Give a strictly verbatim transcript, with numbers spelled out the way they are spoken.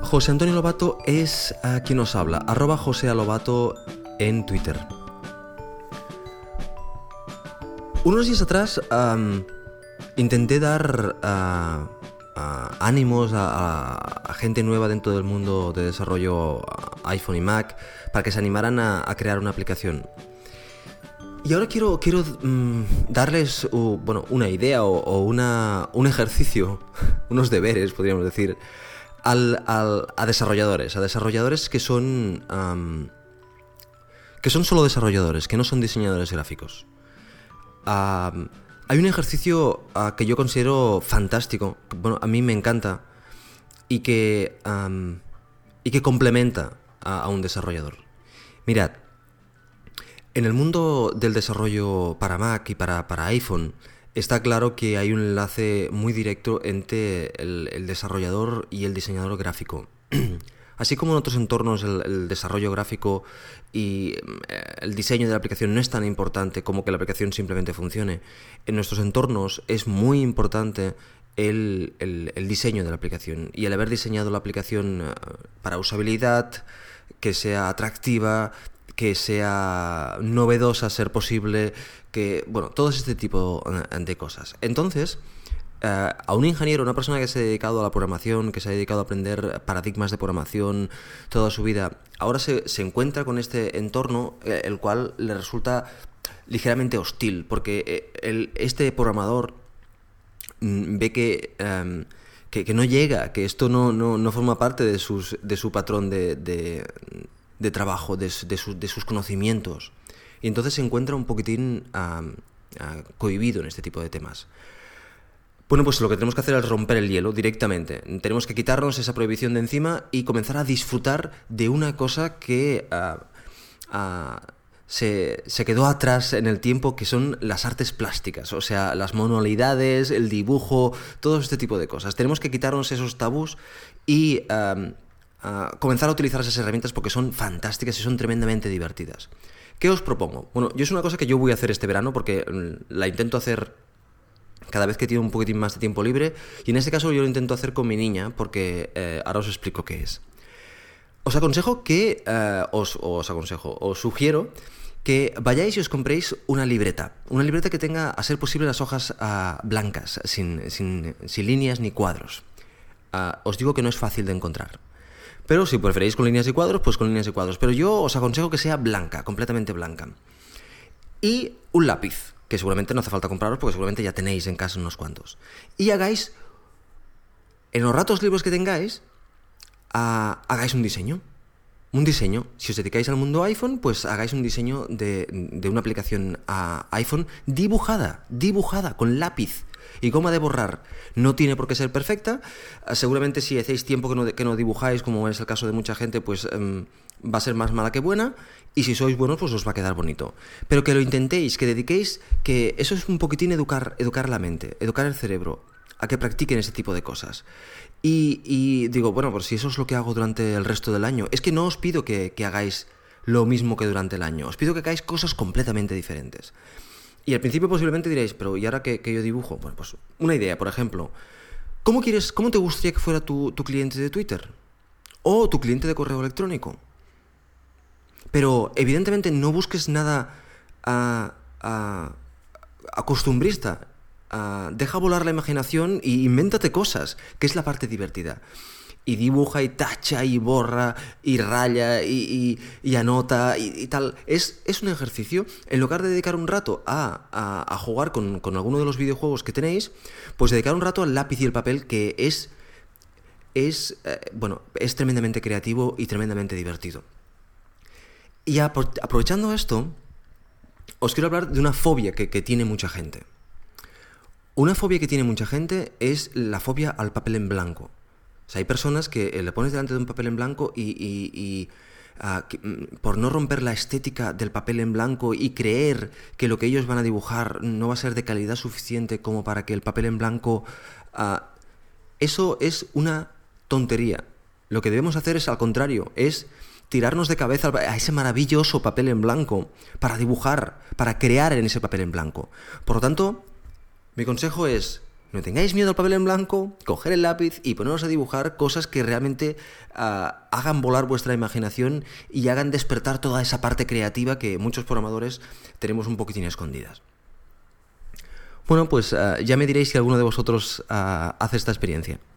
José Antonio Lobato es uh, quien nos habla, arroba José Lobato en Twitter. Unos días atrás um, intenté dar uh, uh, ánimos a, a, a gente nueva dentro del mundo de desarrollo iPhone y Mac para que se animaran a, a crear una aplicación. Y ahora quiero, quiero um, darles uh, bueno, una idea o, o una, un ejercicio, unos deberes, podríamos decir, al, al, a desarrolladores, a desarrolladores que son, um, que son solo desarrolladores, que no son diseñadores gráficos. Uh, hay un ejercicio uh, que yo considero fantástico, bueno, a mí me encanta y que, um, y que complementa a, a un desarrollador. Mirad, en el mundo del desarrollo para Mac y para, para iPhone está claro que hay un enlace muy directo entre el, el desarrollador y el diseñador gráfico. Así como en otros entornos el, el desarrollo gráfico y el diseño de la aplicación no es tan importante como que la aplicación simplemente funcione, en nuestros entornos es muy importante el, el, el diseño de la aplicación y el haber diseñado la aplicación para usabilidad, que sea atractiva, que sea novedosa a ser posible, que, bueno, todo este tipo de cosas. Entonces, Uh, a un ingeniero, una persona que se ha dedicado a la programación, que se ha dedicado a aprender paradigmas de programación toda su vida, ahora se, se encuentra con este entorno, eh, el cual le resulta ligeramente hostil, porque eh, el, este programador mm, ve que, um, que, que no llega, que esto no, no, no forma parte de, sus, de su patrón de, de, de trabajo, de, de, su, de sus conocimientos, y entonces se encuentra un poquitín uh, uh, cohibido en este tipo de temas. Bueno, pues lo que tenemos que hacer es romper el hielo directamente. Tenemos que quitarnos esa prohibición de encima y comenzar a disfrutar de una cosa que uh, uh, se, se quedó atrás en el tiempo, que son las artes plásticas, o sea, las manualidades, el dibujo, todo este tipo de cosas. Tenemos que quitarnos esos tabús y uh, uh, comenzar a utilizar esas herramientas porque son fantásticas y son tremendamente divertidas. ¿Qué os propongo? Bueno, yo es una cosa que yo voy a hacer este verano porque la intento hacer cada vez que tengo un poquitín más de tiempo libre, y en este caso yo lo intento hacer con mi niña porque eh, ahora os explico qué es. Os aconsejo que, eh, os, os aconsejo, os sugiero que vayáis y os compréis una libreta, una libreta que tenga, a ser posible, las hojas uh, blancas, sin, sin, sin líneas ni cuadros. Uh, os digo que no es fácil de encontrar, pero si preferéis con líneas y cuadros, pues con líneas y cuadros, pero yo os aconsejo que sea blanca, completamente blanca. Y un lápiz, que seguramente no hace falta compraros porque seguramente ya tenéis en casa unos cuantos. Y hagáis, en los ratos libres que tengáis, uh, hagáis un diseño. Un diseño. Si os dedicáis al mundo iPhone, pues hagáis un diseño de, de una aplicación a iPhone dibujada, dibujada, con lápiz y goma de borrar. No tiene por qué ser perfecta. Uh, seguramente si hacéis tiempo que no, que no dibujáis, como es el caso de mucha gente, pues um, va a ser más mala que buena. Y si sois buenos, pues os va a quedar bonito. Pero que lo intentéis, que dediquéis, que eso es un poquitín educar, educar la mente, educar el cerebro, a que practiquen ese tipo de cosas. Y, y digo, bueno, pues si eso es lo que hago durante el resto del año, es que no os pido que, que hagáis lo mismo que durante el año, os pido que hagáis cosas completamente diferentes. Y al principio posiblemente diréis, pero ¿y ahora qué, qué yo dibujo? Bueno, pues una idea, por ejemplo, ¿cómo quieres, cómo te gustaría que fuera tu, tu cliente de Twitter? O tu cliente de correo electrónico. Pero evidentemente no busques nada uh, uh, acostumbrista. Uh, deja volar la imaginación y invéntate cosas, que es la parte divertida. Y dibuja y tacha y borra y raya y, y, y anota y, y tal. Es, es un ejercicio. En lugar de dedicar un rato a, a, a jugar con, con alguno de los videojuegos que tenéis, pues dedicar un rato al lápiz y el papel, que es, es, eh, bueno, es tremendamente creativo y tremendamente divertido. Y aprovechando esto, os quiero hablar de una fobia que, que tiene mucha gente. Una fobia que tiene mucha gente es la fobia al papel en blanco. O sea, hay personas que le pones delante de un papel en blanco y, y, y uh, que, por no romper la estética del papel en blanco y creer que lo que ellos van a dibujar no va a ser de calidad suficiente como para que el papel en blanco... Uh, eso es una tontería. Lo que debemos hacer es al contrario, es tirarnos de cabeza a ese maravilloso papel en blanco para dibujar, para crear en ese papel en blanco. Por lo tanto, mi consejo es, no tengáis miedo al papel en blanco, coger el lápiz y poneros a dibujar cosas que realmente uh, hagan volar vuestra imaginación y hagan despertar toda esa parte creativa que muchos programadores tenemos un poquitín escondidas. Bueno, pues uh, ya me diréis si alguno de vosotros uh, hace esta experiencia.